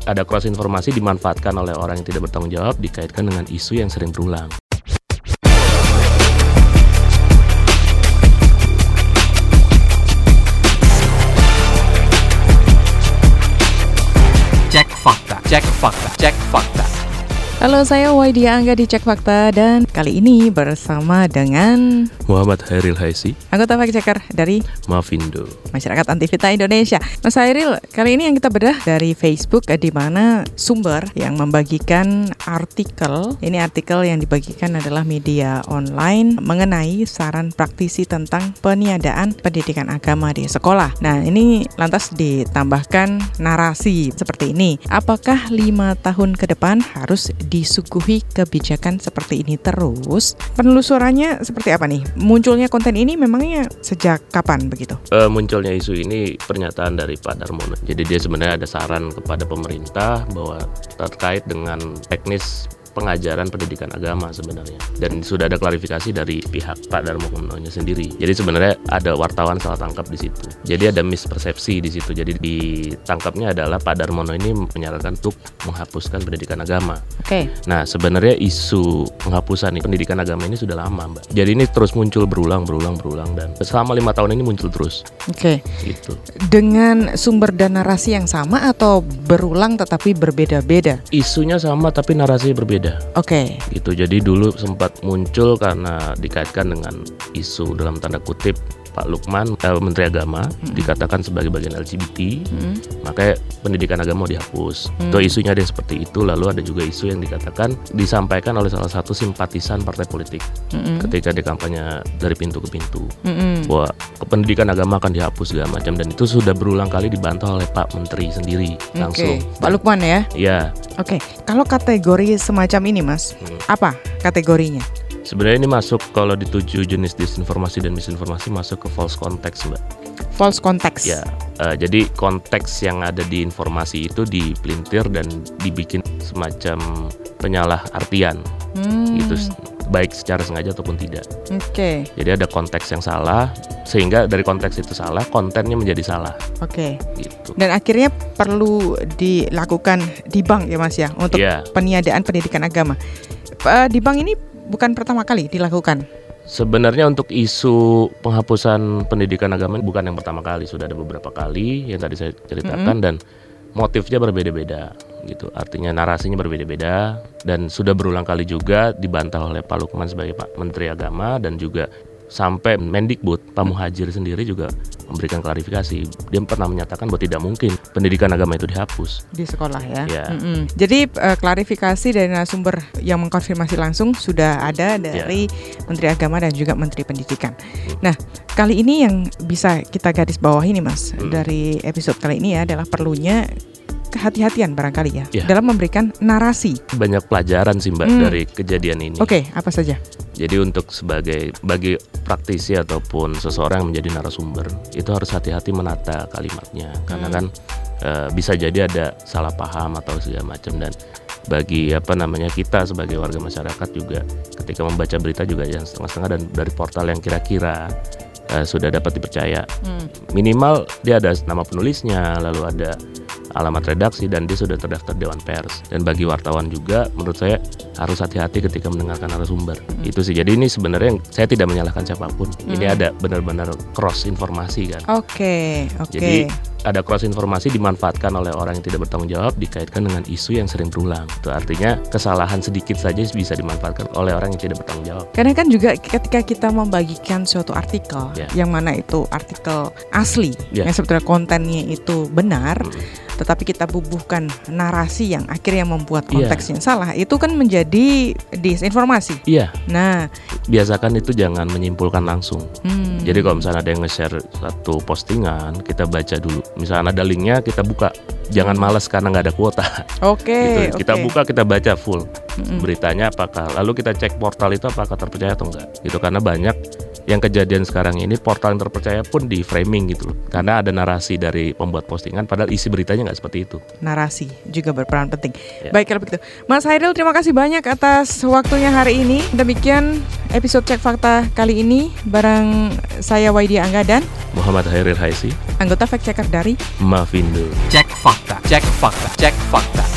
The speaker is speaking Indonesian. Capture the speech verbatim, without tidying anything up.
ada cross informasi dimanfaatkan oleh orang yang tidak bertanggung jawab dikaitkan dengan isu yang sering berulang. Cek fakta, cek fakta, cek fakta. Halo, saya Waidia Angga di Cek Fakta dan kali ini bersama dengan Muhammad Hairil Haisi, anggota fact checker dari Mavindo, Masyarakat Anti Fitnah Indonesia. Mas Hairil, kali ini yang kita bedah dari Facebook, di mana sumber yang membagikan artikel, ini artikel yang dibagikan adalah media online mengenai saran praktisi tentang peniadaan pendidikan agama di sekolah. Nah, ini lantas ditambahkan narasi seperti ini. Apakah lima tahun ke depan harus disuguhi kebijakan seperti ini terus? Penelusurannya seperti apa nih? Munculnya konten ini memangnya sejak kapan begitu? Uh, munculnya isu ini pernyataan dari Pak Darmono. Jadi dia sebenarnya ada saran kepada pemerintah bahwa terkait dengan teknis pengajaran pendidikan agama sebenarnya, dan sudah ada klarifikasi dari pihak Pak Darmono-nya sendiri. Jadi sebenarnya ada wartawan salah tangkap di situ. Jadi ada mispersepsi di situ. Jadi ditangkapnya adalah Pak Darmono ini menyarankan untuk menghapuskan pendidikan agama. Oke. Okay. Nah, sebenarnya isu penghapusan pendidikan agama ini sudah lama, Mbak. Jadi ini terus muncul berulang, berulang, berulang, dan selama lima tahun ini muncul terus. Oke. Okay. Gitu. Dengan sumber dan narasi yang sama atau berulang tetapi berbeda-beda? Isunya sama tapi narasinya berbeda. Oke. Okay. Gitu. Jadi dulu sempat muncul karena dikaitkan dengan isu dalam tanda kutip Pak Lukman, eh, Menteri Agama, hmm. dikatakan sebagai bagian L G B T, hmm. makanya pendidikan agama mau dihapus. Hmm. Itu isunya ada seperti itu. Lalu ada juga isu yang dikatakan disampaikan oleh salah satu simpatisan partai politik hmm. ketika di kampanye dari pintu ke pintu, hmm. bahwa pendidikan agama akan dihapus segala macam, dan itu sudah berulang kali dibantah oleh Pak Menteri sendiri langsung. Okay. Pak Lukman ya? Iya. Oke. Okay. Kalau kategori semacam ini, Mas, hmm. apa kategorinya? Sebenarnya ini masuk, kalau di tujuh jenis disinformasi dan misinformasi, masuk ke false context, Mbak. False context? Ya, uh, jadi konteks yang ada di informasi itu dipelintir dan dibikin semacam penyalah artian, hmm. gitu, baik secara sengaja ataupun tidak. Oke. Okay. Jadi ada konteks yang salah, sehingga dari konteks itu salah, kontennya menjadi salah. Oke. Okay. Gitu. Dan akhirnya perlu dilakukan dibang ya, Mas ya, untuk yeah. peniadaan pendidikan agama. Uh, dibang ini bukan pertama kali dilakukan. Sebenarnya untuk isu penghapusan pendidikan agama bukan yang pertama kali, sudah ada beberapa kali yang tadi saya ceritakan, mm-hmm. dan motifnya berbeda-beda gitu. Artinya narasinya berbeda-beda, dan sudah berulang kali juga dibantah oleh Pak Lukman sebagai Pak Menteri Agama, dan juga sampai Mendikbud Pak Muhadjir sendiri juga memberikan klarifikasi. Dia pernah menyatakan bahwa tidak mungkin pendidikan agama itu dihapus di sekolah ya. Ya. Jadi uh, klarifikasi dari narasumber yang mengkonfirmasi langsung sudah ada dari ya. Menteri Agama dan juga Menteri Pendidikan. Hmm. Nah, kali ini yang bisa kita garis bawahi nih, Mas, hmm. dari episode kali ini ya, adalah perlunya kehati-hatian barangkali ya, ya dalam memberikan narasi. Banyak pelajaran sih, Mbak, hmm. dari kejadian ini. Oke, okay, apa saja? Jadi untuk sebagai bagi praktisi ataupun seseorang yang menjadi narasumber, itu harus hati-hati menata kalimatnya, karena hmm. kan e, bisa jadi ada salah paham atau segala macam. Dan bagi apa namanya kita sebagai warga masyarakat juga, ketika membaca berita juga jangan setengah-setengah, dan dari portal yang kira-kira e, sudah dapat dipercaya. hmm. Minimal dia ada nama penulisnya, lalu ada alamat redaksi, dan dia sudah terdaftar Dewan Pers. Dan bagi wartawan juga, menurut saya harus hati-hati ketika mendengarkan narasumber. Hmm. Itu sih. Jadi ini sebenarnya saya tidak menyalahkan siapapun. Hmm. Ini ada benar-benar cross informasi kan. Oke, okay, oke. Okay. Jadi ada cross informasi dimanfaatkan oleh orang yang tidak bertanggung jawab dikaitkan dengan isu yang sering berulang. Itu artinya kesalahan sedikit saja bisa dimanfaatkan oleh orang yang tidak bertanggung jawab. Karena kan juga ketika kita membagikan suatu artikel, yeah. yang mana itu artikel asli, yeah. yang sebetulnya kontennya itu benar, hmm. tetapi kita bubuhkan narasi yang akhirnya membuat konteksnya yeah. salah, itu kan menjadi disinformasi. Iya. Yeah. Nah, biasakan itu jangan menyimpulkan langsung. Hmm. Jadi kalau misalnya ada yang nge-share satu postingan, kita baca dulu. Misalnya ada linknya, kita buka. Jangan malas karena nggak ada kuota. Oke. Okay, gitu. Kita okay. buka, kita baca full mm-hmm. beritanya apakah. Lalu kita cek portal itu apakah terpercaya atau enggak. Gitu, karena banyak yang kejadian sekarang ini portal yang terpercaya pun di framing gitu loh. Karena ada narasi dari pembuat postingan padahal isi beritanya nggak seperti itu. Narasi juga berperan penting. Ya. Baik kalau begitu. Mas Hairil, terima kasih banyak atas waktunya hari ini. Demikian episode Cek Fakta kali ini bareng saya Waidia Angga dan Muhammad Hairil Haisi, anggota fact checker dari Mavindo. Cek fakta, cek fakta, cek fakta.